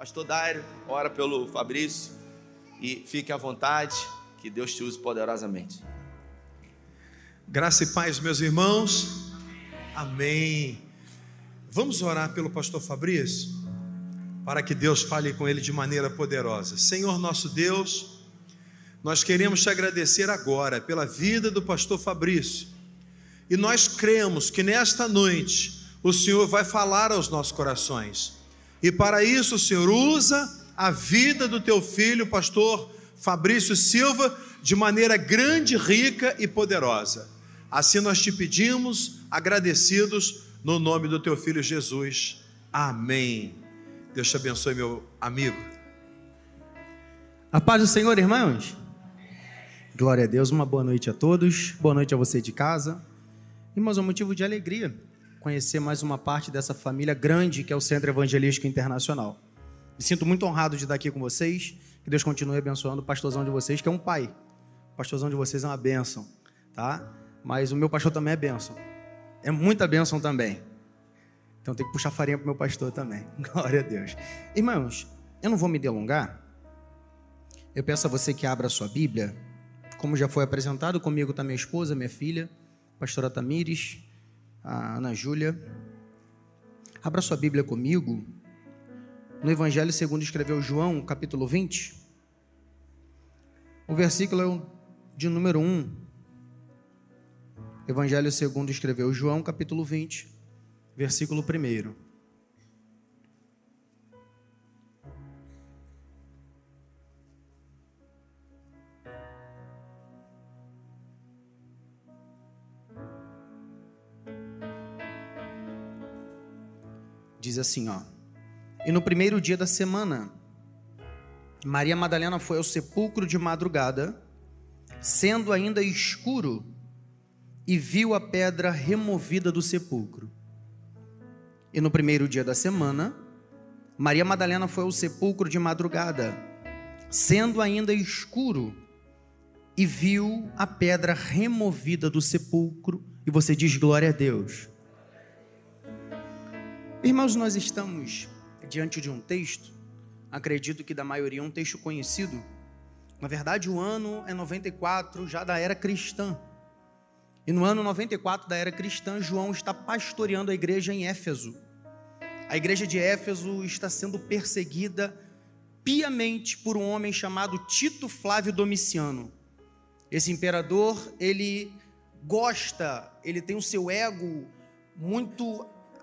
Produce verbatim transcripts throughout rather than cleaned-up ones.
Pastor Dário, ora pelo Fabrício e fique à vontade, que Deus te use poderosamente. Graça e paz, meus irmãos. Amém. Vamos orar pelo pastor Fabrício, para que Deus fale com ele de maneira poderosa. Senhor nosso Deus, nós queremos te agradecer agora pela vida do pastor Fabrício, e nós cremos que nesta noite o Senhor vai falar aos nossos corações, e para isso o Senhor usa a vida do teu filho, pastor Fabrício Silva, de maneira grande, rica e poderosa. Assim nós te pedimos, agradecidos, no nome do teu filho Jesus. Amém. Deus te abençoe, meu amigo. A paz do Senhor, irmãos. Glória a Deus, uma boa noite a todos. Boa noite a você de casa. Irmãos, é um motivo de alegria conhecer mais uma parte dessa família grande que é o Centro Evangelístico Internacional. Me sinto muito honrado de estar aqui com vocês. Que Deus continue abençoando o pastorzão de vocês, que é um pai. O pastorzão de vocês é uma bênção, tá? Mas o meu pastor também é bênção. É muita bênção também. Então tem que puxar farinha para o meu pastor também. Glória a Deus. Irmãos, eu não vou me delongar. Eu peço a você que abra a sua Bíblia. Como já foi apresentado, comigo está minha esposa, minha filha, a pastora Tamires, a Ana Júlia. Abra sua Bíblia comigo no Evangelho segundo escreveu João, capítulo vinte. O versículo é o de número um. Evangelho segundo escreveu João, capítulo vinte, versículo um. Diz assim, ó: e no primeiro dia da semana, Maria Madalena foi ao sepulcro de madrugada, sendo ainda escuro, e viu a pedra removida do sepulcro. E no primeiro dia da semana, Maria Madalena foi ao sepulcro de madrugada, sendo ainda escuro, e viu a pedra removida do sepulcro. E você diz glória a Deus. Irmãos, nós estamos diante de um texto, acredito que da maioria um texto conhecido. Na verdade, o ano é noventa e quatro, já da era cristã. E no ano noventa e quatro da era cristã, João está pastoreando a igreja em Éfeso. A igreja de Éfeso está sendo perseguida piamente por um homem chamado Tito Flávio Domiciano. Esse imperador, ele gosta, ele tem o seu ego muito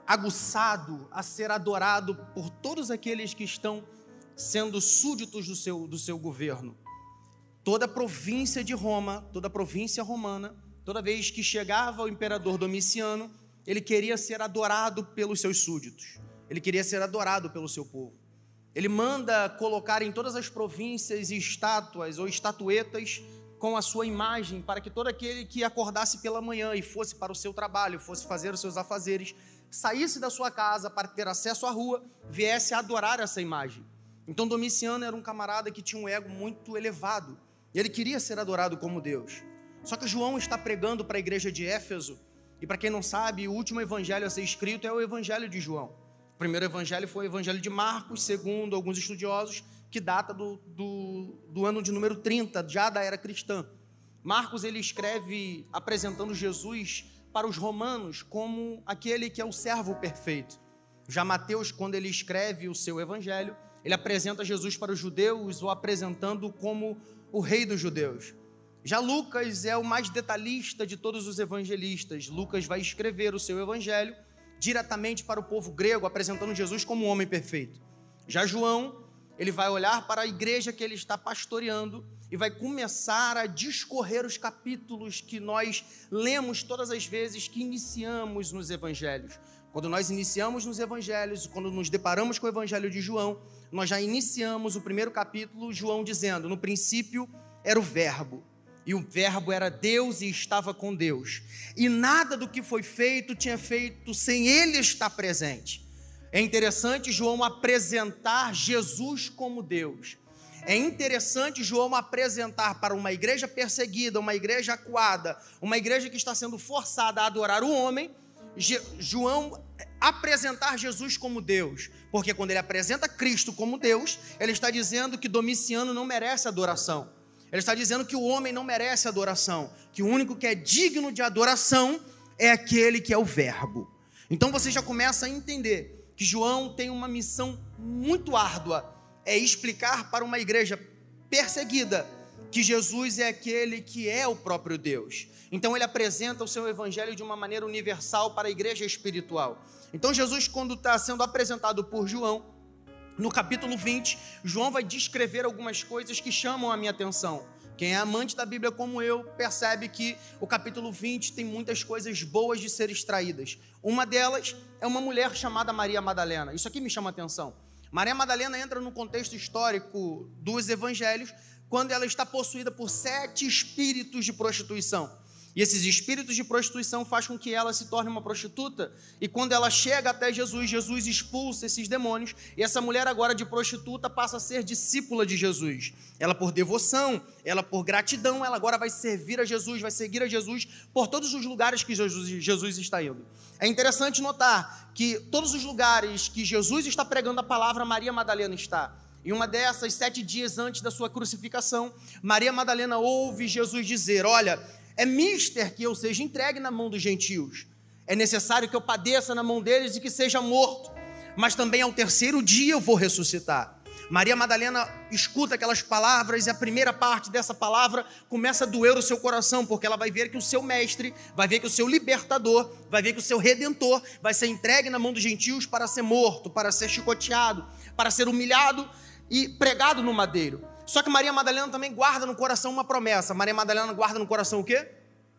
aguçado a ser adorado por todos aqueles que estão sendo súditos do seu, do seu governo. Toda a província de Roma, toda a província romana, toda vez que chegava o imperador Domiciano, ele queria ser adorado pelos seus súditos, ele queria ser adorado pelo seu povo. Ele manda colocar em todas as províncias estátuas ou estatuetas com a sua imagem, para que todo aquele que acordasse pela manhã e fosse para o seu trabalho, fosse fazer os seus afazeres, saísse da sua casa para ter acesso à rua, viesse a adorar essa imagem. Então Domiciano era um camarada que tinha um ego muito elevado, e ele queria ser adorado como Deus. Só que João está pregando para a igreja de Éfeso, e para quem não sabe, o último evangelho a ser escrito é o evangelho de João. O primeiro evangelho foi o evangelho de Marcos, segundo alguns estudiosos, que data do, do, do ano de número trinta, já da era cristã. Marcos, ele escreve apresentando Jesus para os romanos como aquele que é o servo perfeito. Já Mateus, quando ele escreve o seu evangelho, ele apresenta Jesus para os judeus, o apresentando como o rei dos judeus. Já Lucas é o mais detalhista de todos os evangelistas. Lucas vai escrever o seu evangelho diretamente para o povo grego, apresentando Jesus como um homem perfeito. Já João, ele vai olhar para a igreja que ele está pastoreando e vai começar a discorrer os capítulos que nós lemos todas as vezes que iniciamos nos evangelhos. Quando nós iniciamos nos evangelhos, quando nos deparamos com o evangelho de João, nós já iniciamos o primeiro capítulo, João dizendo: no princípio era o verbo, e o verbo era Deus e estava com Deus, e nada do que foi feito tinha feito sem ele estar presente. É interessante João apresentar Jesus como Deus. É interessante João apresentar para uma igreja perseguida, uma igreja acuada, uma igreja que está sendo forçada a adorar o homem, João apresentar Jesus como Deus, porque quando ele apresenta Cristo como Deus, ele está dizendo que Domiciano não merece adoração. Ele está dizendo que o homem não merece adoração, que o único que é digno de adoração é aquele que é o Verbo. Então você já começa a entender que João tem uma missão muito árdua, é explicar para uma igreja perseguida que Jesus é aquele que é o próprio Deus. Então ele apresenta o seu evangelho de uma maneira universal para a igreja espiritual. Então Jesus, quando está sendo apresentado por João, no capítulo vinte, João vai descrever algumas coisas que chamam a minha atenção. Quem é amante da Bíblia como eu, percebe que o capítulo vinte tem muitas coisas boas de ser extraídas. Uma delas é uma mulher chamada Maria Madalena. Isso aqui me chama a atenção. Maria Madalena entra no contexto histórico dos evangelhos, quando ela está possuída por sete espíritos de prostituição. E esses espíritos de prostituição fazem com que ela se torne uma prostituta. E quando ela chega até Jesus, Jesus expulsa esses demônios. E essa mulher agora de prostituta passa a ser discípula de Jesus. Ela por devoção, ela por gratidão, ela agora vai servir a Jesus, vai seguir a Jesus por todos os lugares que Jesus, Jesus está indo. É interessante notar que todos os lugares que Jesus está pregando a palavra, Maria Madalena está. E uma dessas, sete dias antes da sua crucificação, Maria Madalena ouve Jesus dizer: olha, é mister que eu seja entregue na mão dos gentios. É necessário que eu padeça na mão deles e que seja morto. Mas também ao terceiro dia eu vou ressuscitar. Maria Madalena escuta aquelas palavras e a primeira parte dessa palavra começa a doer o seu coração, porque ela vai ver que o seu mestre, vai ver que o seu libertador, vai ver que o seu redentor vai ser entregue na mão dos gentios para ser morto, para ser chicoteado, para ser humilhado e pregado no madeiro. Só que Maria Madalena também guarda no coração uma promessa. Maria Madalena guarda no coração o quê?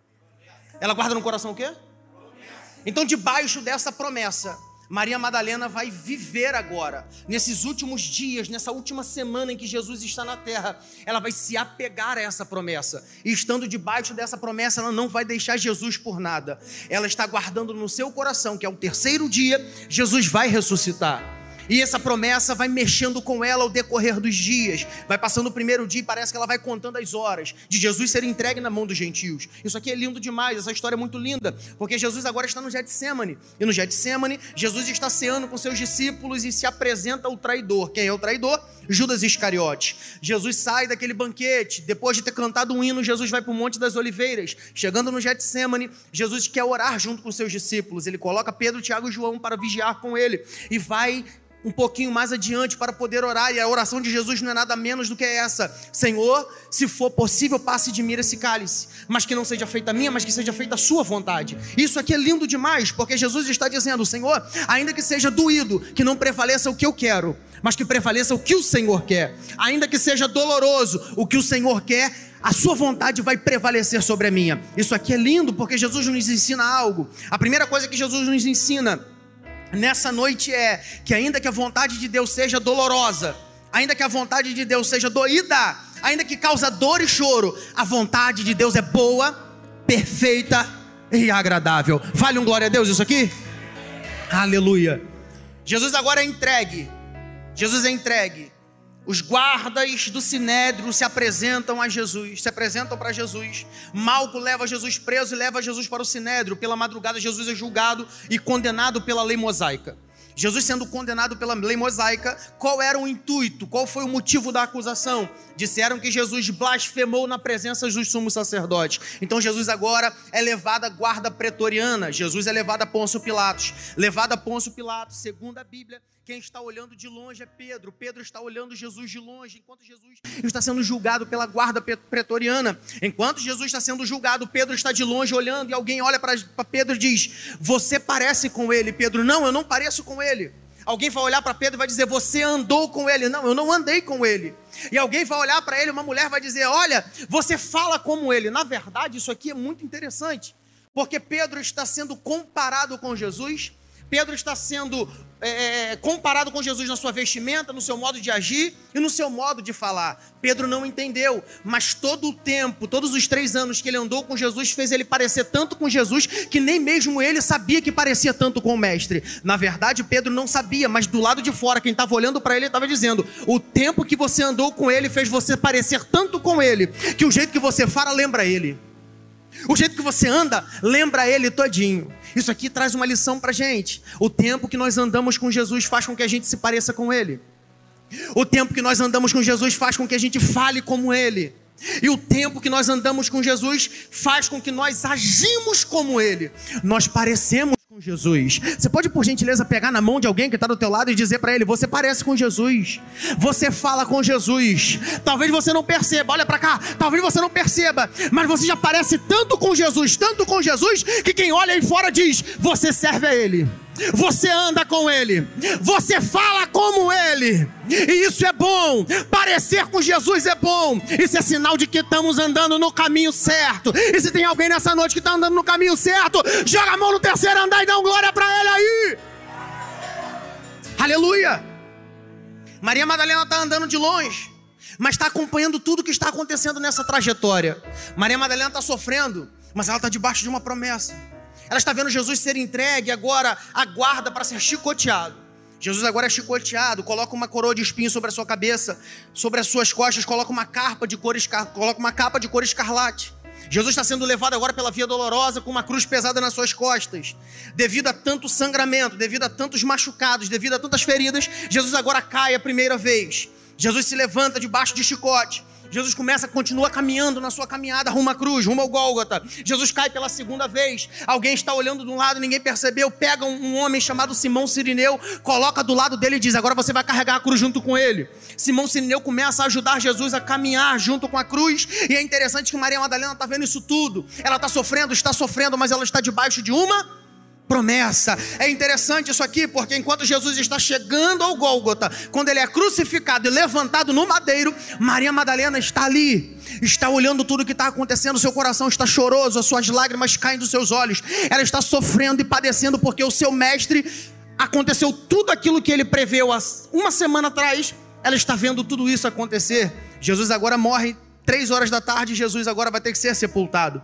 Ela guarda no coração o quê? Então, debaixo dessa promessa, Maria Madalena vai viver agora, nesses últimos dias, nessa última semana em que Jesus está na terra, ela vai se apegar a essa promessa. E estando debaixo dessa promessa, ela não vai deixar Jesus por nada. Ela está guardando no seu coração que ao terceiro dia, Jesus vai ressuscitar. E essa promessa vai mexendo com ela ao decorrer dos dias. Vai passando o primeiro dia e parece que ela vai contando as horas de Jesus ser entregue na mão dos gentios. Isso aqui é lindo demais, essa história é muito linda, porque Jesus agora está no Getsemane. E no Getsemane, Jesus está ceando com seus discípulos e se apresenta ao traidor. Quem é o traidor? Judas Iscariote. Jesus sai daquele banquete, depois de ter cantado um hino, Jesus vai para o Monte das Oliveiras. Chegando no Getsemane, Jesus quer orar junto com seus discípulos. Ele coloca Pedro, Tiago e João para vigiar com ele e vai um pouquinho mais adiante para poder orar, e a oração de Jesus não é nada menos do que essa: Senhor, se for possível, passe de mim esse cálice, mas que não seja feita a minha, mas que seja feita a sua vontade. Isso aqui é lindo demais, porque Jesus está dizendo: Senhor, ainda que seja doído, que não prevaleça o que eu quero, mas que prevaleça o que o Senhor quer. Ainda que seja doloroso, o que o Senhor quer, a sua vontade vai prevalecer sobre a minha. Isso aqui é lindo, porque Jesus nos ensina algo. A primeira coisa que Jesus nos ensina nessa noite é que ainda que a vontade de Deus seja dolorosa, ainda que a vontade de Deus seja doída, ainda que causa dor e choro, a vontade de Deus é boa, perfeita e agradável. Vale um glória a Deus isso aqui? Aleluia. Jesus agora é entregue. Jesus é entregue. Os guardas do Sinédrio se apresentam a Jesus, se apresentam para Jesus. Malco leva Jesus preso e leva Jesus para o Sinédrio. Pela madrugada, Jesus é julgado e condenado pela lei mosaica. Jesus sendo condenado pela lei mosaica, qual era o intuito? Qual foi o motivo da acusação? Disseram que Jesus blasfemou na presença dos sumos sacerdotes. Então Jesus agora é levado à guarda pretoriana. Jesus é levado a Pôncio Pilatos. Levado a Pôncio Pilatos, segundo a Bíblia, quem está olhando de longe é Pedro. Pedro está olhando Jesus de longe, enquanto Jesus está sendo julgado pela guarda pretoriana. Enquanto Jesus está sendo julgado, Pedro está de longe olhando, e alguém olha para Pedro e diz: você parece com ele. Pedro: não, eu não pareço com ele. Alguém vai olhar para Pedro e vai dizer: você andou com ele. Não, eu não andei com ele. E alguém vai olhar para ele, uma mulher vai dizer: olha, você fala como ele. Na verdade, isso aqui é muito interessante, porque Pedro está sendo comparado com Jesus. Pedro está sendo é, comparado com Jesus na sua vestimenta, no seu modo de agir e no seu modo de falar. Pedro não entendeu, mas todo o tempo, todos os três anos que ele andou com Jesus, fez ele parecer tanto com Jesus, que nem mesmo ele sabia que parecia tanto com o mestre. Na verdade, Pedro não sabia, mas do lado de fora, quem estava olhando para ele, estava dizendo: o tempo que você andou com ele fez você parecer tanto com ele, que o jeito que você fala lembra ele. O jeito que você anda, lembra ele todinho. Isso aqui traz uma lição pra gente. O tempo que nós andamos com Jesus faz com que a gente se pareça com ele. O tempo que nós andamos com Jesus faz com que a gente fale como ele. E o tempo que nós andamos com Jesus faz com que nós agimos como ele. Nós parecemos com Jesus. Você pode, por gentileza, pegar na mão de alguém que está do teu lado e dizer para ele: você parece com Jesus. Você fala com Jesus. Talvez você não perceba, olha para cá, talvez você não perceba, mas você já parece tanto com Jesus, tanto com Jesus, que quem olha aí fora diz: você serve a ele. Você anda com ele, você fala como ele, e isso é bom. Parecer com Jesus é bom. Isso é sinal de que estamos andando no caminho certo. E se tem alguém nessa noite que está andando no caminho certo, joga a mão no terceiro andar e dá um glória para ele aí. Aleluia. Maria Madalena está andando de longe, mas está acompanhando tudo que está acontecendo nessa trajetória. Maria Madalena está sofrendo, mas ela está debaixo de uma promessa. Ela está vendo Jesus ser entregue, agora aguarda para ser chicoteado. Jesus agora é chicoteado, coloca uma coroa de espinhos sobre a sua cabeça, sobre as suas costas, coloca uma capa de cor escar... coloca uma capa de cor escarlate. Jesus está sendo levado agora pela via dolorosa com uma cruz pesada nas suas costas. Devido a tanto sangramento, devido a tantos machucados, devido a tantas feridas, Jesus agora cai a primeira vez. Jesus se levanta debaixo de chicote. Jesus começa, continua caminhando na sua caminhada rumo à cruz, rumo ao Gólgota. Jesus cai pela segunda vez. Alguém está olhando de um lado, ninguém percebeu. Pega um, um homem chamado Simão Cirineu, coloca do lado dele e diz: agora você vai carregar a cruz junto com ele. Simão Cirineu começa a ajudar Jesus a caminhar junto com a cruz. E é interessante que Maria Madalena está vendo isso tudo. Ela está sofrendo, está sofrendo, mas ela está debaixo de uma promessa. É interessante isso aqui, porque enquanto Jesus está chegando ao Gólgota, quando ele é crucificado e levantado no madeiro, Maria Madalena está ali, está olhando tudo que está acontecendo. Seu coração está choroso, as suas lágrimas caem dos seus olhos. Ela está sofrendo e padecendo porque o seu mestre, aconteceu tudo aquilo que ele preveu há uma semana atrás. Ela está vendo tudo isso acontecer. Jesus agora morre três horas da tarde. Jesus agora vai ter que ser sepultado.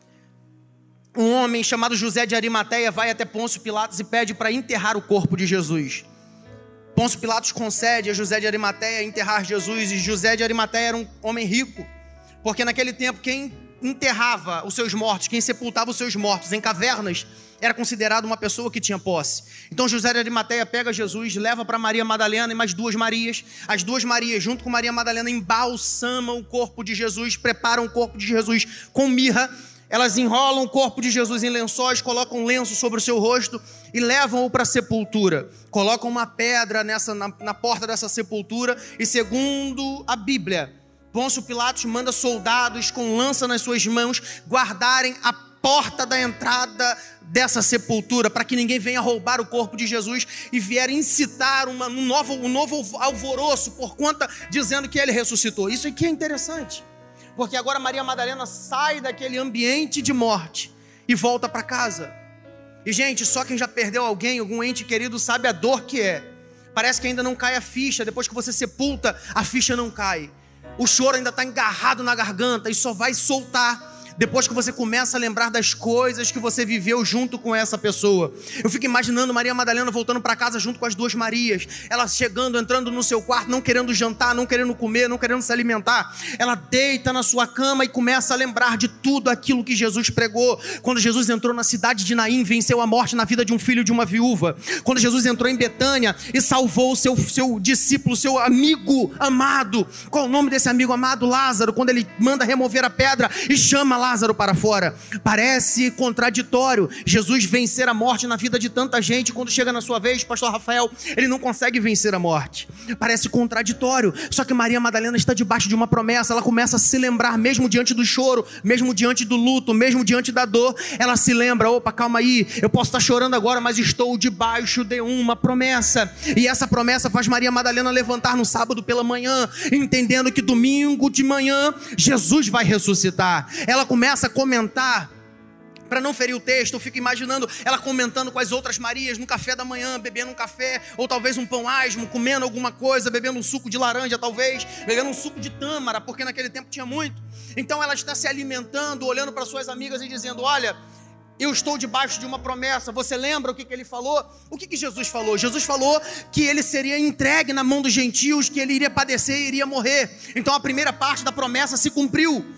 Um homem chamado José de Arimateia vai até Pôncio Pilatos e pede para enterrar o corpo de Jesus. Pôncio Pilatos concede a José de Arimateia enterrar Jesus. E José de Arimateia era um homem rico, porque naquele tempo quem enterrava os seus mortos, quem sepultava os seus mortos em cavernas, era considerado uma pessoa que tinha posse. Então José de Arimateia pega Jesus, leva para Maria Madalena e mais duas Marias. As duas Marias, junto com Maria Madalena, embalsamam o corpo de Jesus, preparam o corpo de Jesus com mirra. Elas enrolam o corpo de Jesus em lençóis, colocam um lenço sobre o seu rosto e levam-o para a sepultura. Colocam uma pedra nessa, na, na porta dessa sepultura e, segundo a Bíblia, Pôncio Pilatos manda soldados com lança nas suas mãos guardarem a porta da entrada dessa sepultura, para que ninguém venha roubar o corpo de Jesus e vier incitar uma, um, novo, um novo alvoroço por conta dizendo que ele ressuscitou. Isso aqui é interessante, porque agora Maria Madalena sai daquele ambiente de morte e volta para casa. E gente, só quem já perdeu alguém, algum ente querido, sabe a dor que é. Parece que ainda não cai a ficha. Depois que você sepulta, a ficha não cai. O choro ainda está engarrado na garganta e só vai soltar depois que você começa a lembrar das coisas que você viveu junto com essa pessoa. Eu fico imaginando Maria Madalena voltando para casa junto com as duas Marias. Ela chegando, entrando no seu quarto, não querendo jantar, não querendo comer, não querendo se alimentar. Ela deita na sua cama e começa a lembrar de tudo aquilo que Jesus pregou. Quando Jesus entrou na cidade de Naim, venceu a morte na vida de um filho de uma viúva. Quando Jesus entrou em Betânia e salvou o seu, seu discípulo, seu amigo amado. Qual o nome desse amigo amado? Lázaro. Quando ele manda remover a pedra e chama Lázaro Lázaro para fora. Parece contraditório Jesus vencer a morte na vida de tanta gente. Quando chega na sua vez, pastor Rafael, ele não consegue vencer a morte. Parece contraditório. Só que Maria Madalena está debaixo de uma promessa. Ela começa a se lembrar, mesmo diante do choro, mesmo diante do luto, mesmo diante da dor, ela se lembra: opa, calma aí, eu posso estar chorando agora, mas estou debaixo de uma promessa. E essa promessa faz Maria Madalena levantar no sábado pela manhã, entendendo que domingo de manhã Jesus vai ressuscitar. Ela começa começa a comentar, para não ferir o texto, eu fico imaginando ela comentando com as outras Marias no café da manhã, bebendo um café, ou talvez um pão asmo, comendo alguma coisa, bebendo um suco de laranja talvez, bebendo um suco de tâmara, porque naquele tempo tinha muito. Então ela está se alimentando, olhando para suas amigas e dizendo: olha, eu estou debaixo de uma promessa. Você lembra o que, que ele falou? O que, que Jesus falou? Jesus falou que ele seria entregue na mão dos gentios, que ele iria padecer e iria morrer. Então a primeira parte da promessa se cumpriu.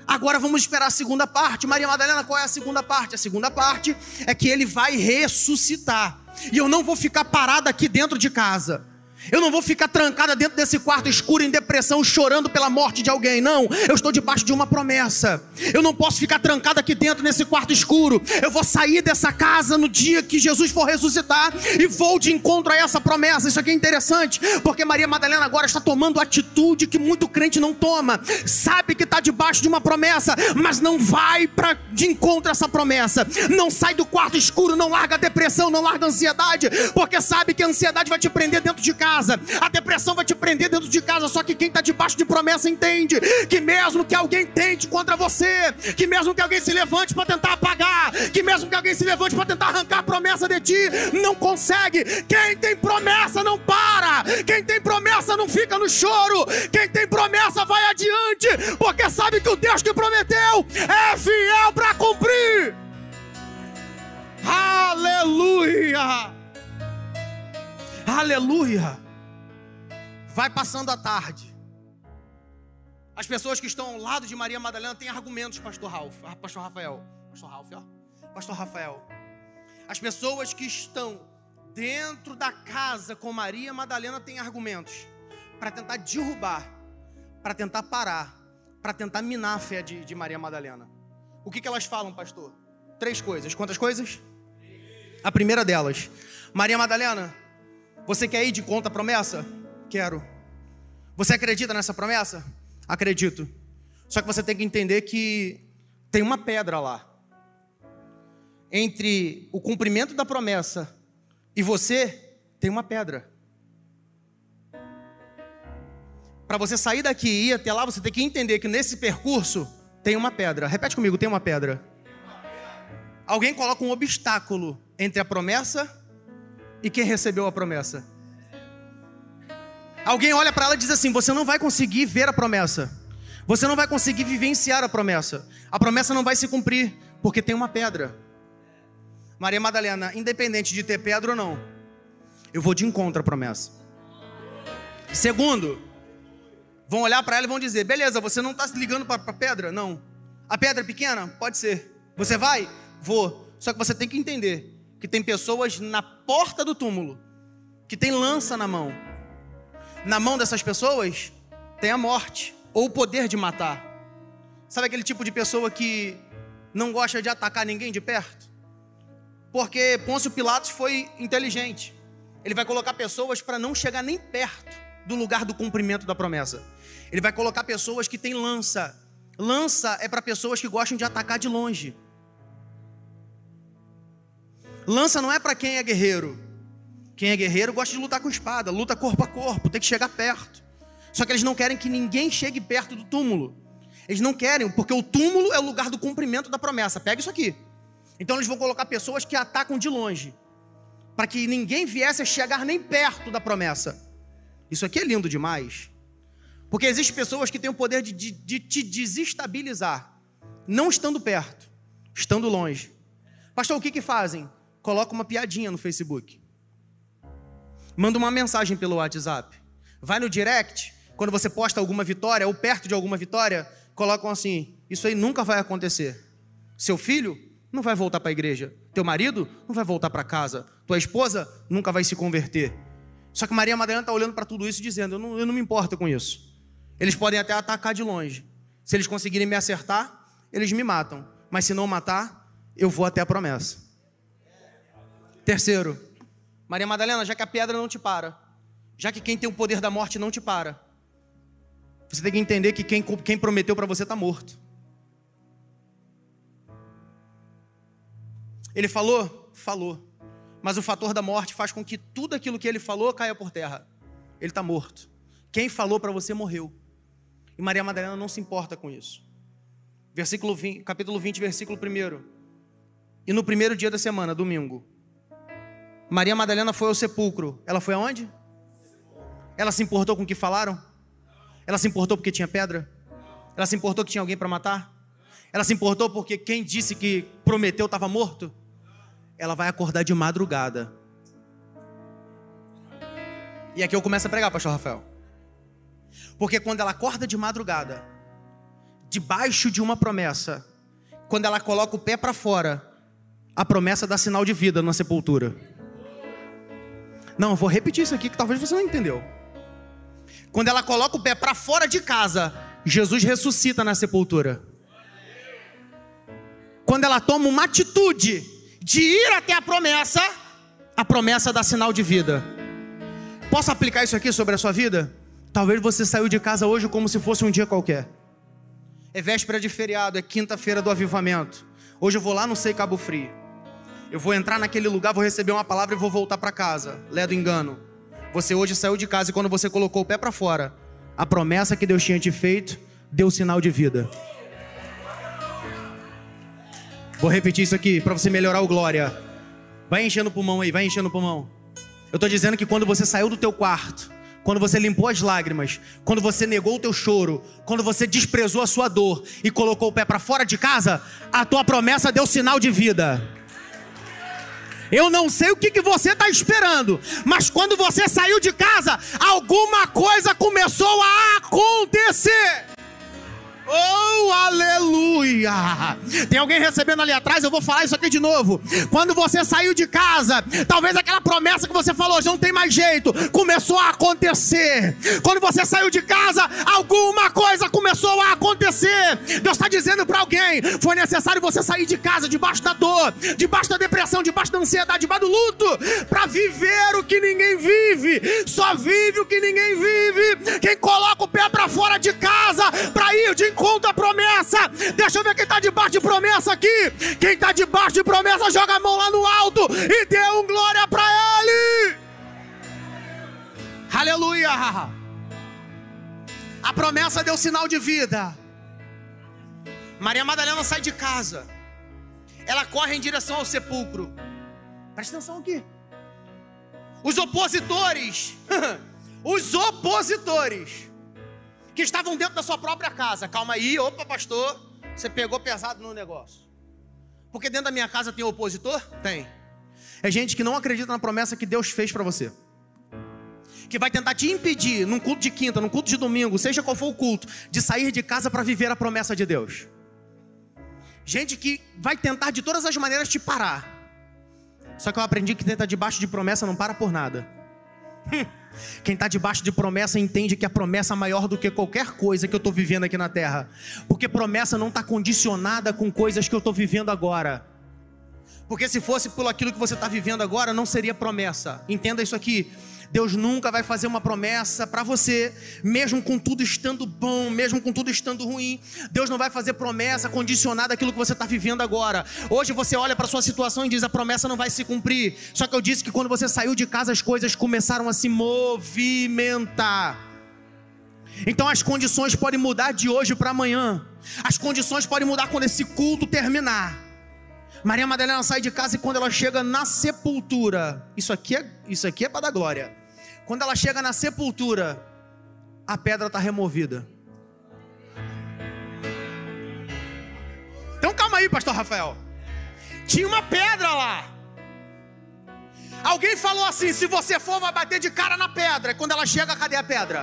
Agora vamos esperar a segunda parte. Maria Madalena, qual é a segunda parte? A segunda parte é que ele vai ressuscitar. E eu não vou ficar parada aqui dentro de casa. Eu não vou ficar trancada dentro desse quarto escuro em depressão, chorando pela morte de alguém. Não, eu estou debaixo de uma promessa. Eu não posso ficar trancada aqui dentro nesse quarto escuro. Eu vou sair dessa casa no dia que Jesus for ressuscitar e vou de encontro a essa promessa. Isso aqui é interessante, porque Maria Madalena agora está tomando atitude que muito crente não toma. Sabe que está debaixo de uma promessa, mas não vai pra, de encontro a essa promessa. Não sai do quarto escuro, não larga a depressão, não larga a ansiedade, porque sabe que a ansiedade vai te prender dentro de casa. A depressão vai te prender dentro de casa. Só que quem está debaixo de promessa entende que mesmo que alguém tente contra você, que mesmo que alguém se levante para tentar apagar, que mesmo que alguém se levante para tentar arrancar a promessa de ti, não consegue. Quem tem promessa não para. Quem tem promessa não fica no choro. Quem tem promessa vai adiante, porque sabe que o Deus que prometeu é fiel para cumprir. Aleluia! Aleluia! Vai passando a tarde. As pessoas que estão ao lado de Maria Madalena têm argumentos, pastor Ralf, pastor Rafael. Pastor Ralf, ó. Pastor Rafael. As pessoas que estão dentro da casa com Maria Madalena têm argumentos para tentar derrubar, para tentar parar, para tentar minar a fé de, de Maria Madalena. O que, que elas falam, pastor? Três coisas. Quantas coisas? A primeira delas: Maria Madalena, você quer ir de conta a promessa? Quero. Você acredita nessa promessa? Acredito. Só que você tem que entender que tem uma pedra lá. Entre o cumprimento da promessa e você, tem uma pedra. Para você sair daqui e ir até lá, você tem que entender que nesse percurso tem uma pedra. Repete comigo, tem uma pedra. Alguém coloca um obstáculo entre a promessa e quem recebeu a promessa. Alguém olha para ela e diz assim: você não vai conseguir ver a promessa. Você não vai conseguir vivenciar a promessa. A promessa não vai se cumprir, porque tem uma pedra. Maria Madalena, independente de ter pedra ou não, eu vou de encontro à promessa. Segundo, vão olhar para ela e vão dizer: beleza, você não está se ligando para a pedra? Não. A pedra é pequena? Pode ser. Você vai? Vou. Só que você tem que entender que tem pessoas na porta do túmulo que tem lança na mão. Na mão dessas pessoas tem a morte, ou o poder de matar. Sabe aquele tipo de pessoa que não gosta de atacar ninguém de perto? Porque Pôncio Pilatos foi inteligente. Ele vai colocar pessoas para não chegar nem perto do lugar do cumprimento da promessa. Ele vai colocar pessoas que têm lança. Lança é para pessoas que gostam de atacar de longe. Lança não é para quem é guerreiro. Quem é guerreiro gosta de lutar com espada, luta corpo a corpo, tem que chegar perto. Só que eles não querem que ninguém chegue perto do túmulo. Eles não querem, porque o túmulo é o lugar do cumprimento da promessa. Pega isso aqui. Então eles vão colocar pessoas que atacam de longe, para que ninguém viesse a chegar nem perto da promessa. Isso aqui é lindo demais. Porque existem pessoas que têm o poder de, de, de te desestabilizar, não estando perto, estando longe. Pastor, o que que fazem? Coloca uma piadinha no Facebook. Manda uma mensagem pelo WhatsApp. Vai no direct, quando você posta alguma vitória, ou perto de alguma vitória, colocam assim: isso aí nunca vai acontecer. Seu filho não vai voltar para a igreja. Teu marido não vai voltar para casa. Tua esposa nunca vai se converter. Só que Maria Madalena está olhando para tudo isso dizendo: eu não, eu não me importo com isso. Eles podem até atacar de longe. Se eles conseguirem me acertar, eles me matam. Mas se não matar, eu vou até a promessa. Terceiro, Maria Madalena, já que a pedra não te para, já que quem tem o poder da morte não te para, você tem que entender que quem, quem prometeu para você está morto. Ele falou? Falou. Mas o fator da morte faz com que tudo aquilo que ele falou caia por terra. Ele está morto. Quem falou para você morreu. E Maria Madalena não se importa com isso. Versículo vinte, capítulo vinte, versículo um. E no primeiro dia da semana, domingo, Maria Madalena foi ao sepulcro. Ela foi aonde? Ela se importou com o que falaram? Ela se importou porque tinha pedra? Ela se importou que tinha alguém para matar? Ela se importou porque quem disse que prometeu estava morto? Ela vai acordar de madrugada. E aqui eu começo a pregar, pastor Rafael. Porque quando ela acorda de madrugada, debaixo de uma promessa, quando ela coloca o pé para fora, a promessa dá sinal de vida na sepultura. Não, eu vou repetir isso aqui que talvez você não entendeu. Quando ela coloca o pé para fora de casa, Jesus ressuscita na sepultura. Quando ela toma uma atitude de ir até a promessa, a promessa dá sinal de vida. Posso aplicar isso aqui sobre a sua vida? Talvez você saiu de casa hoje como se fosse um dia qualquer. É véspera de feriado, é quinta-feira do avivamento. Hoje eu vou lá no Sei Cabo Frio. Eu vou entrar naquele lugar, vou receber uma palavra e vou voltar para casa. Lé do engano. Você hoje saiu de casa e quando você colocou o pé para fora, a promessa que Deus tinha te feito deu sinal de vida. Vou repetir isso aqui para você melhorar o glória. Vai enchendo o pulmão aí, vai enchendo o pulmão. Eu estou dizendo que quando você saiu do teu quarto, quando você limpou as lágrimas, quando você negou o teu choro, quando você desprezou a sua dor e colocou o pé para fora de casa, a tua promessa deu sinal de vida. Eu não sei o que, que você está esperando, mas quando você saiu de casa, alguma coisa começou a acontecer. Oh, aleluia! Tem alguém recebendo ali atrás? Eu vou falar isso aqui de novo. Quando você saiu de casa, talvez aquela promessa que você falou, não tem mais jeito, começou a acontecer. Quando você saiu de casa, alguma coisa começou a acontecer. Deus está dizendo para alguém, foi necessário você sair de casa, debaixo da dor, debaixo da depressão, debaixo da ansiedade, debaixo do luto, para viver o que ninguém vive. Só vive o que ninguém vive quem coloca o pé para fora de casa, para ir de encontro à promessa. Deixa eu ver quem está debaixo de promessa aqui. Quem está debaixo de promessa, joga a mão lá no alto e dê um glória para Ele. Aleluia. A promessa deu sinal de vida. Maria Madalena sai de casa, ela corre em direção ao sepulcro. Presta atenção aqui. Os opositores Os opositores que estavam dentro da sua própria casa. Calma aí, opa pastor, você pegou pesado no negócio. Porque dentro da minha casa tem opositor? Tem. É gente que não acredita na promessa que Deus fez para você, que vai tentar te impedir, num culto de quinta, num culto de domingo, seja qual for o culto, de sair de casa para viver a promessa de Deus. Gente que vai tentar de todas as maneiras te parar. Só que eu aprendi que quem está debaixo de promessa não para por nada. Quem está debaixo de promessa entende que a promessa é maior do que qualquer coisa que eu estou vivendo aqui na terra. Porque promessa não está condicionada com coisas que eu estou vivendo agora. Porque se fosse por aquilo que você está vivendo agora, não seria promessa. Entenda isso aqui. Deus nunca vai fazer uma promessa para você, mesmo com tudo estando bom, mesmo com tudo estando ruim. Deus não vai fazer promessa condicionada àquilo que você está vivendo agora. Hoje você olha para a sua situação e diz, a promessa não vai se cumprir. Só que eu disse que quando você saiu de casa, as coisas começaram a se movimentar. Então as condições podem mudar de hoje para amanhã. As condições podem mudar quando esse culto terminar. Maria Madalena sai de casa e quando ela chega na sepultura, isso aqui é, isso aqui é para dar glória. Quando ela chega na sepultura, a pedra está removida. Então calma aí, pastor Rafael. Tinha uma pedra lá. Alguém falou assim, se você for, vai bater de cara na pedra. E quando ela chega, cadê a pedra?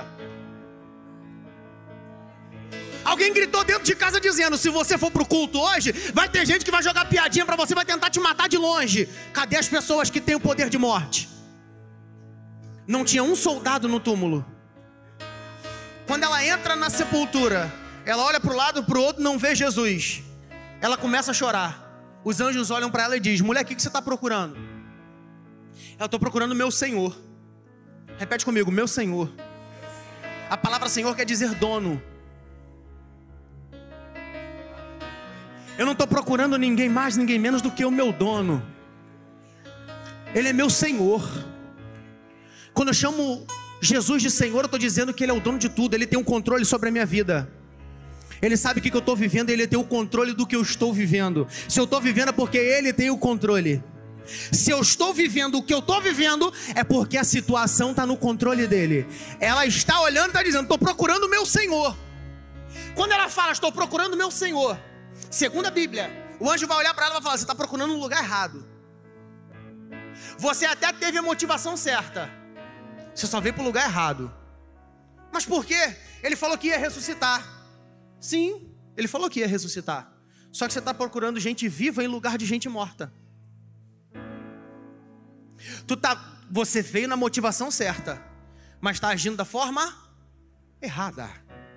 Alguém gritou dentro de casa dizendo, se você for para o culto hoje, vai ter gente que vai jogar piadinha para você, vai tentar te matar de longe. Cadê as pessoas que têm o poder de morte? Não tinha um soldado no túmulo. Quando ela entra na sepultura, ela olha para o lado, para o outro, não vê Jesus. Ela começa a chorar. Os anjos olham para ela e dizem, mulher, o que você está procurando? Eu estou procurando meu Senhor. Repete comigo, meu Senhor. A palavra Senhor quer dizer dono. Eu não estou procurando ninguém mais, ninguém menos do que o meu dono. Ele é meu Senhor. Quando eu chamo Jesus de Senhor, eu estou dizendo que Ele é o dono de tudo. Ele tem um controle sobre a minha vida. Ele sabe o que eu estou vivendo, Ele tem o controle do que eu estou vivendo. Se eu estou vivendo é porque Ele tem o controle. Se eu estou vivendo o que eu estou vivendo, é porque a situação está no controle dEle. Ela está olhando e está dizendo, estou procurando o meu Senhor. Quando ela fala, estou procurando o meu Senhor, segundo a Bíblia, o anjo vai olhar para ela e vai falar, você está procurando um lugar errado. Você até teve a motivação certa, você só veio para o lugar errado. Mas por quê? Ele falou que ia ressuscitar. Sim, Ele falou que ia ressuscitar. Só que você está procurando gente viva em lugar de gente morta. Tu tá, você veio na motivação certa, mas está agindo da forma errada.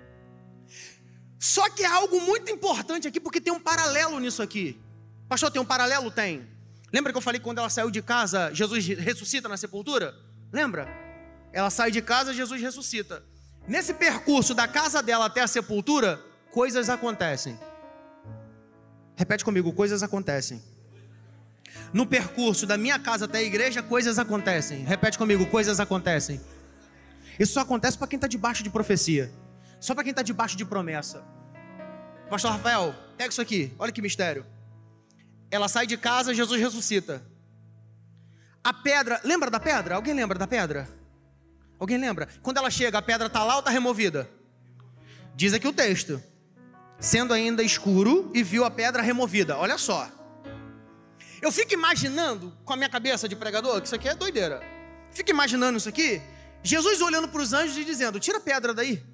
Só que é algo muito importante aqui, porque tem um paralelo nisso aqui. Pastor, tem um paralelo? Tem. Lembra que eu falei que quando ela saiu de casa, Jesus ressuscita na sepultura? Lembra? Ela sai de casa, Jesus ressuscita. Nesse percurso da casa dela até a sepultura, coisas acontecem. Repete comigo, coisas acontecem. No percurso da minha casa até a igreja, coisas acontecem. Repete comigo, coisas acontecem. Isso só acontece para quem está debaixo de profecia. Só para quem está debaixo de promessa. Pastor Rafael, pega isso aqui, olha que mistério. Ela sai de casa, Jesus ressuscita. A pedra, lembra da pedra? Alguém lembra da pedra? Alguém lembra? Quando ela chega, a pedra está lá ou está removida? Diz aqui o texto. Sendo ainda escuro e viu a pedra removida. Olha só. Eu fico imaginando, com a minha cabeça de pregador, que isso aqui é doideira. Fico imaginando isso aqui. Jesus olhando para os anjos e dizendo, tira a pedra daí.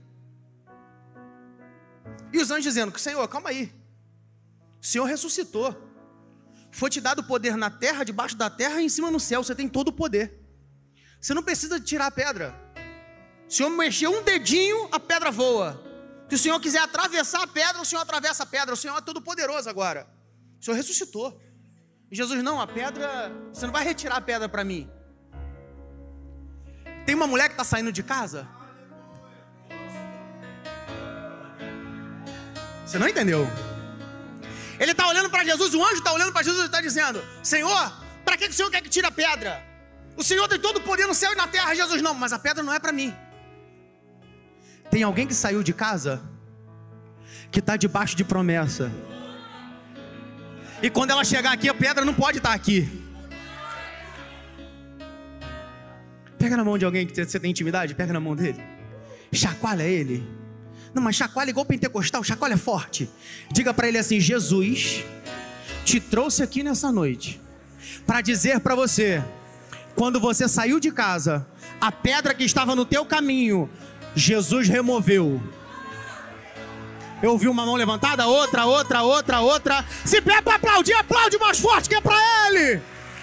E os anjos dizendo, Senhor, calma aí. O Senhor ressuscitou. Foi te dado poder na terra, debaixo da terra e em cima no céu. Você tem todo o poder. Você não precisa tirar a pedra. Se o Senhor mexer um dedinho, a pedra voa. Se o Senhor quiser atravessar a pedra, o Senhor atravessa a pedra. O Senhor é todo poderoso agora. O Senhor ressuscitou. E Jesus, não, a pedra, você não vai retirar a pedra para mim. Tem uma mulher que está saindo de casa. Você não entendeu? Ele está olhando para Jesus, o anjo está olhando para Jesus e está dizendo, Senhor, para que o Senhor quer que tire a pedra? O Senhor tem todo o poder no céu e na terra. Jesus, não, mas a pedra não é para mim. Tem alguém que saiu de casa, que está debaixo de promessa. E quando ela chegar aqui, a pedra não pode estar aqui. Pega na mão de alguém que você tem intimidade, pega na mão dele. Chacoalha ele. Não, mas chacoalha igual pentecostal, chacoalha forte. Diga para ele assim, Jesus te trouxe aqui nessa noite para dizer para você, quando você saiu de casa, a pedra que estava no teu caminho, Jesus removeu. Eu ouvi uma mão levantada, outra, outra, outra, outra. Se der para aplaudir, aplaude mais forte que é para ele.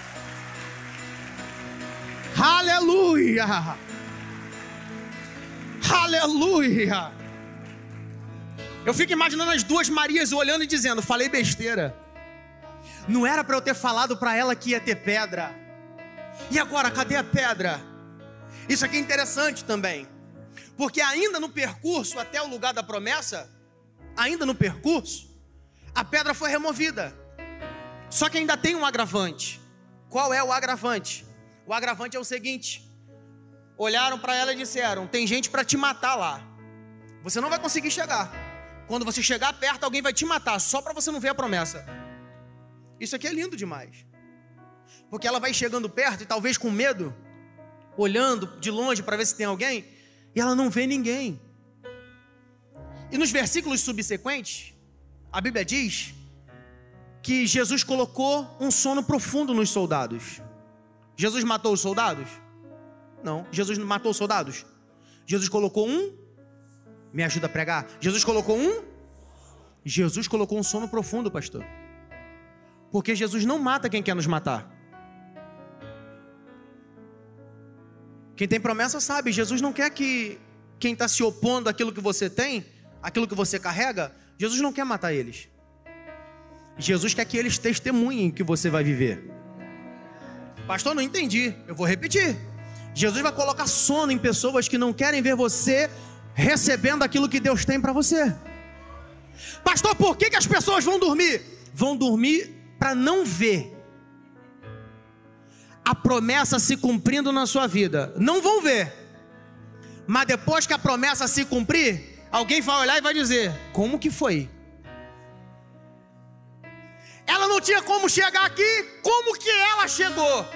Aleluia. Aleluia. Eu fico imaginando as duas Marias olhando e dizendo, falei besteira. Não era para eu ter falado para ela que ia ter pedra. E agora, cadê a pedra? Isso aqui é interessante também. Porque ainda no percurso até o lugar da promessa, ainda no percurso, a pedra foi removida. Só que ainda tem um agravante. Qual é o agravante? O agravante é o seguinte. Olharam para ela e disseram, tem gente para te matar lá. Você não vai conseguir chegar. Quando você chegar perto, alguém vai te matar, só para você não ver a promessa. Isso aqui é lindo demais. Porque ela vai chegando perto e talvez com medo, olhando de longe para ver se tem alguém, e ela não vê ninguém. E nos versículos subsequentes, a Bíblia diz que Jesus colocou um sono profundo nos soldados. Jesus matou os soldados? Não, Jesus não matou os soldados. Jesus colocou um, me ajuda a pregar. Jesus colocou um, Jesus colocou um sono profundo, pastor. Porque Jesus não mata quem quer nos matar. Quem tem promessa sabe, Jesus não quer que quem está se opondo àquilo que você tem, aquilo que você carrega, Jesus não quer matar eles. Jesus quer que eles testemunhem que você vai viver. Pastor, não entendi. Eu vou repetir. Jesus vai colocar sono em pessoas que não querem ver você recebendo aquilo que Deus tem para você. Pastor, por que que as pessoas vão dormir? Vão dormir para não ver a promessa se cumprindo na sua vida. Não vão ver. Mas depois que a promessa se cumprir, alguém vai olhar e vai dizer, como que foi? Ela não tinha como chegar aqui, como que ela chegou?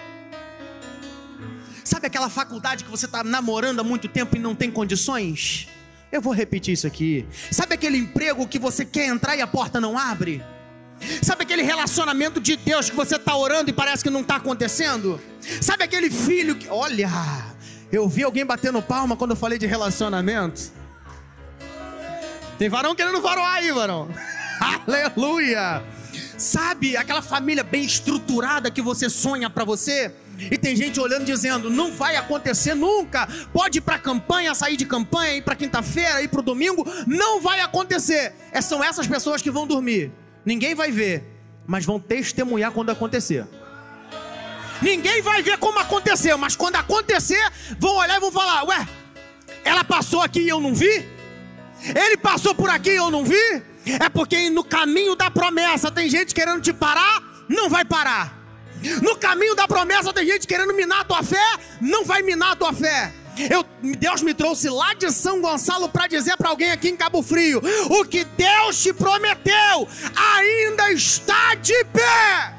Sabe aquela faculdade que você está namorando há muito tempo e não tem condições? Eu vou repetir isso aqui. Sabe aquele emprego que você quer entrar e a porta não abre? Sabe aquele relacionamento de Deus que você está orando e parece que não está acontecendo? Sabe aquele filho que... Olha, eu vi alguém batendo palma quando eu falei de relacionamento. Tem varão querendo varoar aí, varão. Aleluia. Sabe, aquela família bem estruturada que você sonha para você? E tem gente olhando dizendo, não vai acontecer nunca. Pode ir para campanha, sair de campanha, ir para quinta-feira, ir para o domingo. Não vai acontecer. É, são essas pessoas que vão dormir. Ninguém vai ver, mas vão testemunhar quando acontecer. Ninguém vai ver como aconteceu, mas quando acontecer, vão olhar e vão falar, ué, ela passou aqui e eu não vi? Ele passou por aqui e eu não vi? É porque no caminho da promessa tem gente querendo te parar, não vai parar. No caminho da promessa tem gente querendo minar a tua fé, não vai minar a tua fé. Eu, Deus me trouxe lá de São Gonçalo para dizer para alguém aqui em Cabo Frio: o que Deus te prometeu ainda está de pé.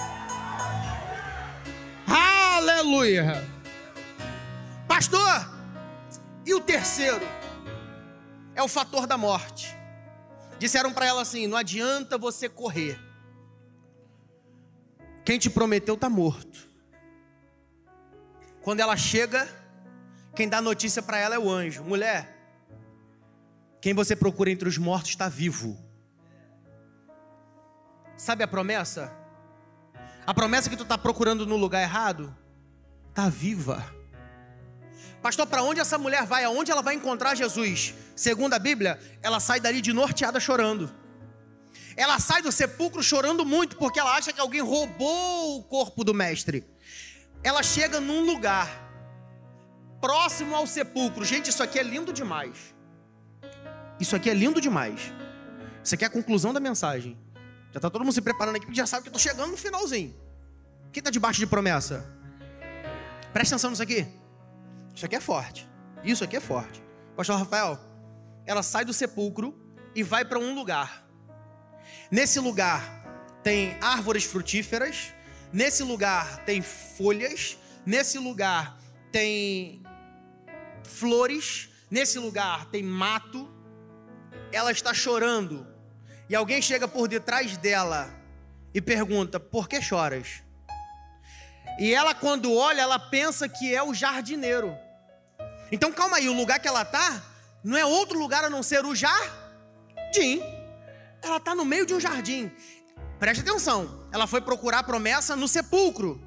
Aleluia. Pastor, e o terceiro é o fator da morte. Disseram para ela assim, não adianta você correr, quem te prometeu está morto. Quando ela chega, quem dá notícia para ela é o anjo. Mulher, quem você procura entre os mortos está vivo. Sabe a promessa? A promessa que tu está procurando no lugar errado está viva. Pastor, para onde essa mulher vai? Aonde ela vai encontrar Jesus? Segundo a Bíblia, ela sai dali de norteada chorando. Ela sai do sepulcro chorando muito, porque ela acha que alguém roubou o corpo do mestre. Ela chega num lugar próximo ao sepulcro. Gente, isso aqui é lindo demais. Isso aqui é lindo demais. Isso aqui é a conclusão da mensagem. Já está todo mundo se preparando aqui, porque já sabe que eu estou chegando no finalzinho. Quem está debaixo de promessa? Presta atenção nisso aqui. Isso aqui é forte. Isso aqui é forte. Pastor Rafael, ela sai do sepulcro e vai para um lugar. Nesse lugar tem árvores frutíferas. Nesse lugar tem folhas. Nesse lugar tem flores. Nesse lugar tem mato. Ela está chorando. E alguém chega por detrás dela e pergunta, por que choras? E ela, quando olha, ela pensa que é o jardineiro. Então calma aí, o lugar que ela está não é outro lugar a não ser o jardim. Ela está no meio de um jardim. Preste atenção, ela foi procurar a promessa no sepulcro.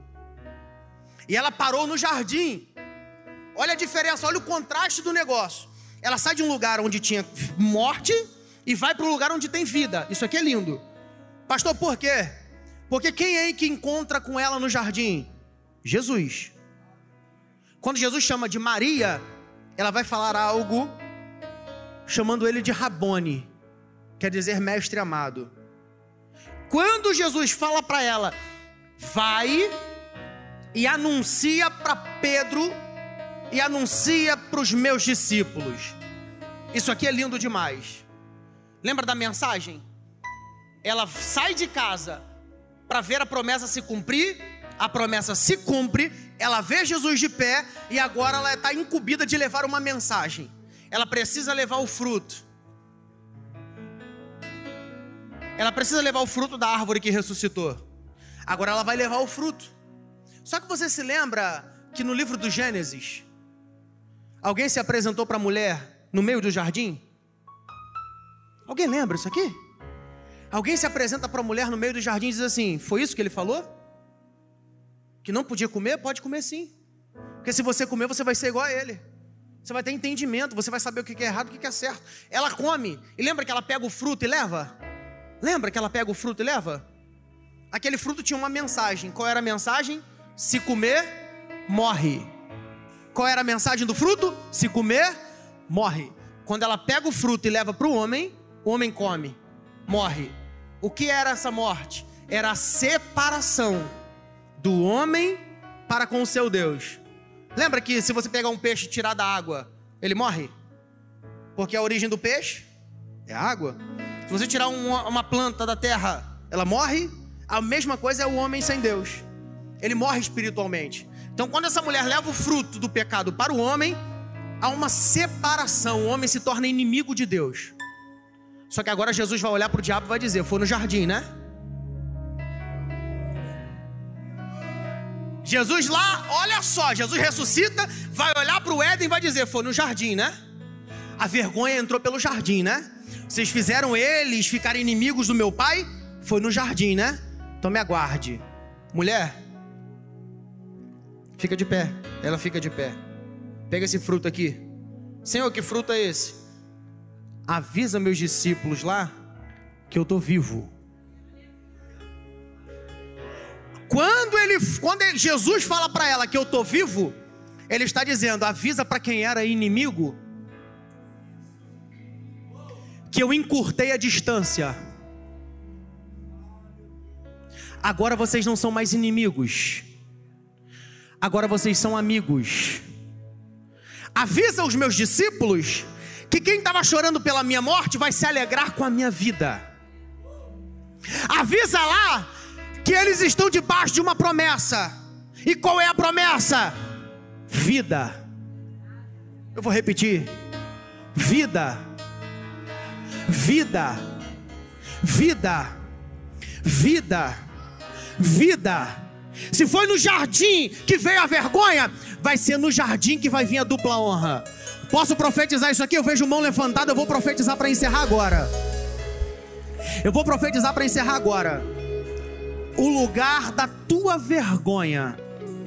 E ela parou no jardim. Olha a diferença, olha o contraste do negócio. Ela sai de um lugar onde tinha morte e vai para um lugar onde tem vida. Isso aqui é lindo. Pastor, por quê? Porque quem é que encontra com ela no jardim? Jesus. Quando Jesus chama de Maria, ela vai falar algo chamando ele de Rabone, quer dizer mestre amado. Quando Jesus fala para ela, vai e anuncia para Pedro e anuncia para os meus discípulos. Isso aqui é lindo demais. Lembra da mensagem? Ela sai de casa para ver a promessa se cumprir. A promessa se cumpre. Ela vê Jesus de pé e agora ela está incumbida de levar uma mensagem. Ela precisa levar o fruto. Ela precisa levar o fruto da árvore que ressuscitou. Agora ela vai levar o fruto. Só que você se lembra que no livro do Gênesis, alguém se apresentou para a mulher no meio do jardim? Alguém lembra isso aqui? Alguém se apresenta para a mulher no meio do jardim e diz assim, foi isso que ele falou? Que não podia comer? Pode comer sim. Porque se você comer, você vai ser igual a ele. Você vai ter entendimento, você vai saber o que é errado e o que é certo. Ela come, e lembra que ela pega o fruto e leva? Lembra que ela pega o fruto e leva? Aquele fruto tinha uma mensagem. Qual era a mensagem? Se comer, morre. Qual era a mensagem do fruto? Se comer, morre. Quando ela pega o fruto e leva para o homem, o homem come, morre. O que era essa morte? Era a separação do homem para com o seu Deus. Lembra que se você pegar um peixe e tirar da água, ele morre? Porque a origem do peixe é a água. Se você tirar uma, uma planta da terra, ela morre. A mesma coisa é o homem sem Deus. Ele morre espiritualmente. Então quando essa mulher leva o fruto do pecado para o homem, há uma separação. O homem se torna inimigo de Deus. Só que agora Jesus vai olhar para o diabo e vai dizer, foi no jardim, né? Jesus lá, olha só, Jesus ressuscita, vai olhar para o Éden e vai dizer, foi no jardim, né? A vergonha entrou pelo jardim, né? Vocês fizeram eles ficarem inimigos do meu pai? Foi no jardim, né? Então me aguarde. Mulher, fica de pé. Ela fica de pé. Pega esse fruto aqui. Senhor, que fruto é esse? Avisa meus discípulos lá que eu estou vivo. Quando, ele, quando ele, Jesus fala para ela que eu estou vivo, ele está dizendo, avisa para quem era inimigo que eu encurtei a distância. Agora vocês não são mais inimigos. Agora vocês são amigos. Avisa os meus discípulos que quem estava chorando pela minha morte vai se alegrar com a minha vida. Avisa lá que eles estão debaixo de uma promessa. E qual é a promessa? Vida. Eu vou repetir. Vida. Vida. Vida. Vida. Vida. Se foi no jardim que veio a vergonha, vai ser no jardim que vai vir a dupla honra. Posso profetizar isso aqui? Eu vejo mão levantada, eu vou profetizar para encerrar agora. Eu vou profetizar para encerrar agora. O lugar da tua vergonha.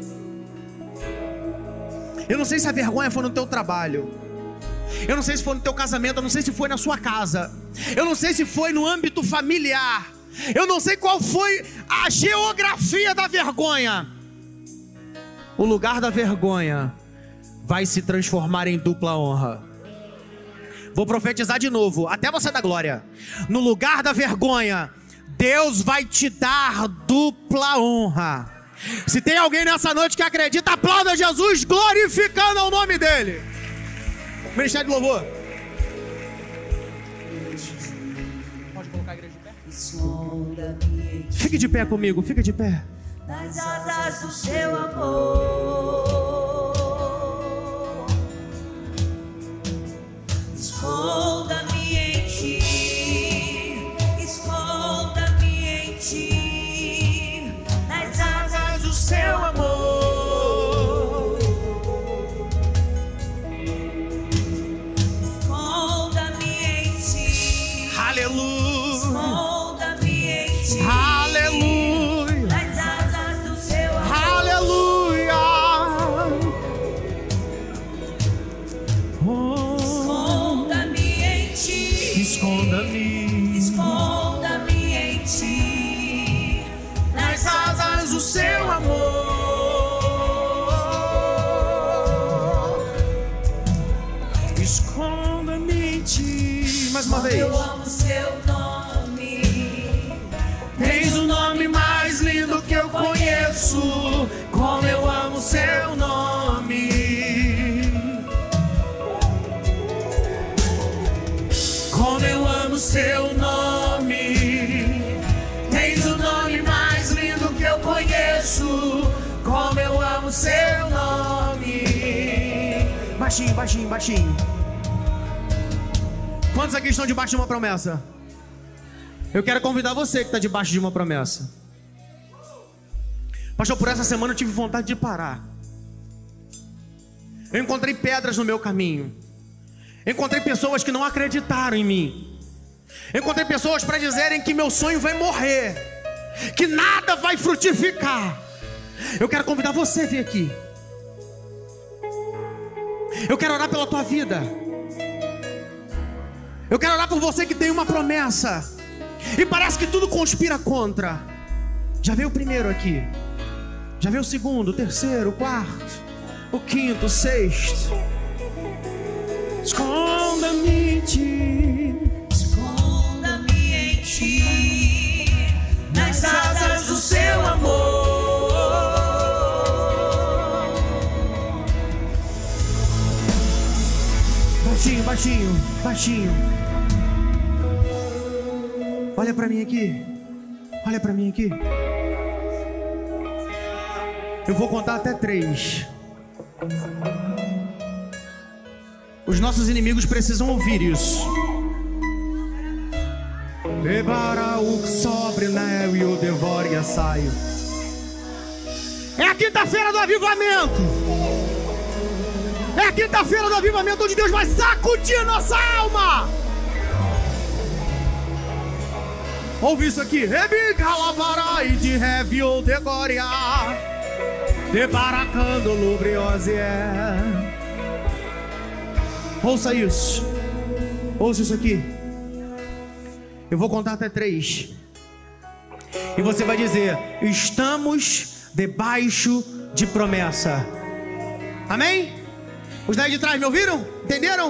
Eu não sei se a vergonha foi no teu trabalho. Eu não sei se foi no teu casamento. Eu não sei se foi na sua casa. Eu não sei se foi no âmbito familiar. Eu não sei qual foi a geografia da vergonha. O lugar da vergonha vai se transformar em dupla honra. Vou profetizar de novo, até você dar glória. No lugar da vergonha, Deus vai te dar dupla honra. Se tem alguém nessa noite que acredita, aplauda Jesus, glorificando o nome dele. Ministério de louvor. Pode colocar a igreja de pé? Fique de pé comigo, fique de pé. Nas asas do seu amor, esconda-me em ti, esconda-me em ti, nas asas do seu amor, esconda-me em ti, Aleluia, esconda-me em ti, aleluia, nas asas do seu amor, aleluia. Oh, esconda-me em ti, esconda-me, esconda-me em ti, nas asas do seu amor. esconda-me em ti. Mais uma vez. Eu amo seu nome, Tens o nome mais lindo que eu conheço. Como eu amo seu nome. Como eu amo seu nome. Tens o nome mais lindo que eu conheço. Como eu amo seu nome. Baixinho, baixinho, baixinho. Quantos aqui estão debaixo de uma promessa? Eu quero convidar você que está debaixo de uma promessa. Pastor, por essa semana eu tive vontade de parar. Eu encontrei pedras no meu caminho. Eu encontrei pessoas que não acreditaram em mim. Eu encontrei pessoas para dizerem que meu sonho vai morrer, que nada vai frutificar. Eu quero convidar você a vir aqui. Eu quero orar pela tua vida. Eu quero orar por você que tem uma promessa e parece que tudo conspira contra. Já veio o primeiro aqui, já veio o segundo, o terceiro, o quarto, o quinto, o sexto. Esconda-me em ti, esconda-me em ti, nas asas do seu amor. baixinho, baixinho, baixinho. Olha pra mim aqui. Olha pra mim aqui. Eu vou contar até três. Os nossos inimigos precisam ouvir isso. Levará o que sobre nel e o devore a saio. É a quinta-feira do avivamento. É a quinta-feira do avivamento, onde Deus vai sacudir nossa alma. Ouve isso aqui. Rebigalabarai de revio de glória, debaracando lubriose. Ouça isso. Ouça isso aqui. Eu vou contar até três. E você vai dizer: estamos debaixo de promessa. Amém? Os dez de trás me ouviram? Entenderam?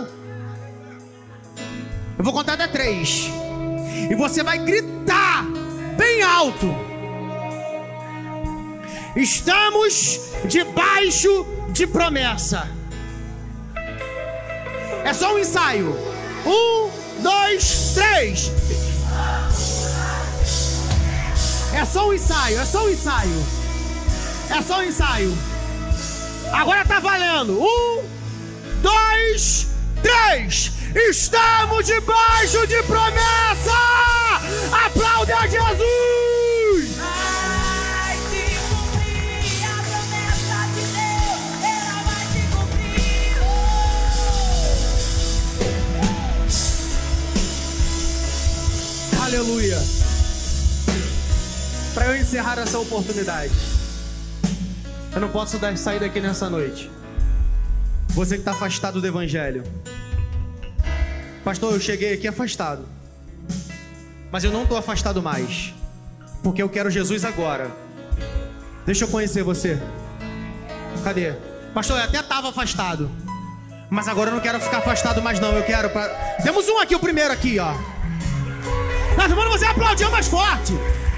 Eu vou contar até três. E você vai gritar bem alto: estamos debaixo de promessa. É só um ensaio. Um, dois, três. É só um ensaio, é só um ensaio. É só um ensaio. Agora tá valendo. Um, dois, três. Estamos debaixo de promessa. Aplaude a Jesus. Vai se cumprir a promessa de Deus. Ela vai se cumprir. Oh. Aleluia. Para eu encerrar essa oportunidade, eu não posso dar sair daqui nessa noite. Você que está afastado do Evangelho. Pastor, eu cheguei aqui afastado, mas eu não estou afastado mais, porque eu quero Jesus agora. Deixa eu conhecer você. Cadê? Pastor, eu até estava afastado, mas agora eu não quero ficar afastado mais não. Eu quero pra... Temos um aqui, o primeiro aqui, ó. Nós vamos você aplaudir mais forte.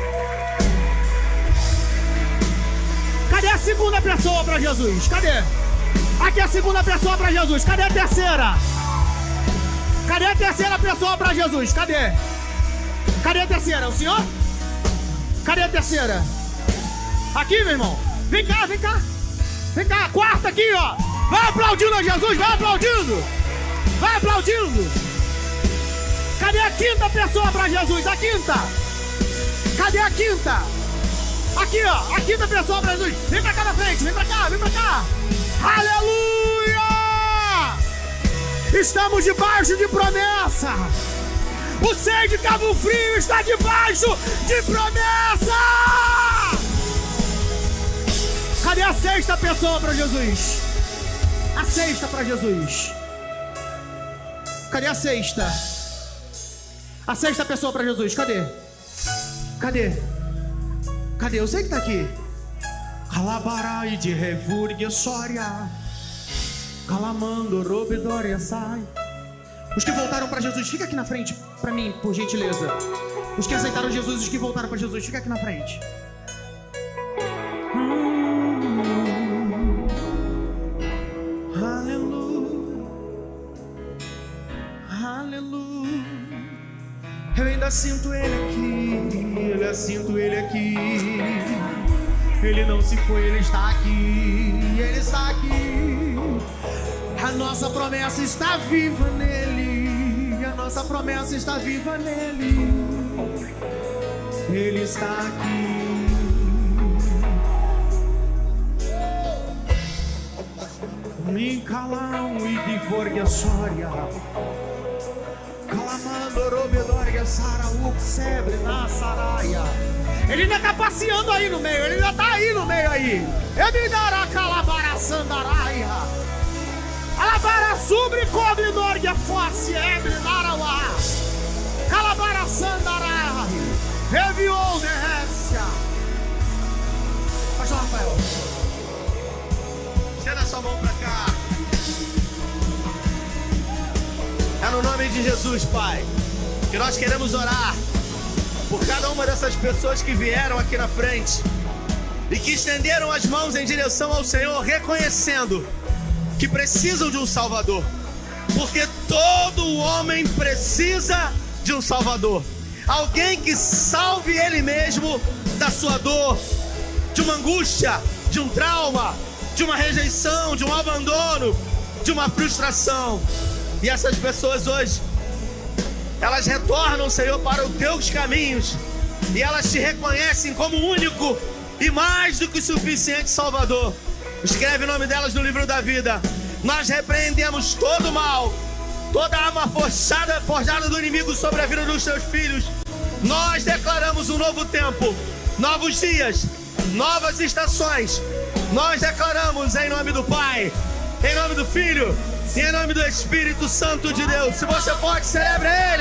Cadê a segunda pessoa para Jesus? Cadê? Aqui é a segunda pessoa para Jesus. Cadê a terceira? Cadê a terceira pessoa para Jesus? Cadê? Cadê a terceira? O senhor? Cadê a terceira? Aqui, meu irmão. Vem cá, vem cá. Vem cá, a quarta aqui, ó. Vai aplaudindo a Jesus, vai aplaudindo. Vai aplaudindo. Cadê a quinta pessoa para Jesus? A quinta. Cadê a quinta? Aqui, ó, a quinta pessoa para Jesus. Vem pra cá na frente, vem pra cá, vem pra cá. Aleluia! Estamos debaixo de promessa. O Sei de Cabo Frio está debaixo de promessa. Cadê a sexta pessoa para Jesus? A sexta para Jesus. Cadê a sexta? A sexta pessoa para Jesus, cadê? Cadê? Cadê? Eu sei que tá aqui. Calabarai de revúrgia sória, calamando robidória sai. Os que voltaram para Jesus, fica aqui na frente para mim, por gentileza. Os que aceitaram Jesus, os que voltaram para Jesus, fica aqui na frente. Hum, aleluia, aleluia. Eu ainda sinto ele aqui, eu ainda sinto ele aqui. Ele não se foi, ele está aqui, ele está aqui. A nossa promessa está viva nele, a nossa promessa está viva nele. Ele está aqui. Me calam e divorgia sória. Calamando robedória sara uxebre na saraia. Ele ainda tá passeando aí no meio, ele ainda tá aí no meio aí. Ebidará calabara sandaraia. Alabara sobre cobridória fosse ebre narauá. Calabara sandarai. Reviou derrécia. Pastor Rafael, estenda sua mão pra cá. É no nome de Jesus, Pai, que nós queremos orar por cada uma dessas pessoas que vieram aqui na frente e que estenderam as mãos em direção ao Senhor, reconhecendo que precisam de um Salvador, porque todo homem precisa de um Salvador, alguém que salve ele mesmo da sua dor, de uma angústia, de um trauma, de uma rejeição, de um abandono, de uma frustração. E essas pessoas hoje, elas retornam, Senhor, para os teus caminhos, e elas te reconhecem como único e mais do que suficiente Salvador. Escreve o nome delas no livro da vida. Nós repreendemos todo o mal, toda arma forjada, forjada do inimigo sobre a vida dos seus filhos. Nós declaramos um novo tempo, novos dias, novas estações. Nós declaramos em nome do Pai, em nome do Filho e em nome do Espírito Santo de Deus. Se você pode, celebre Ele.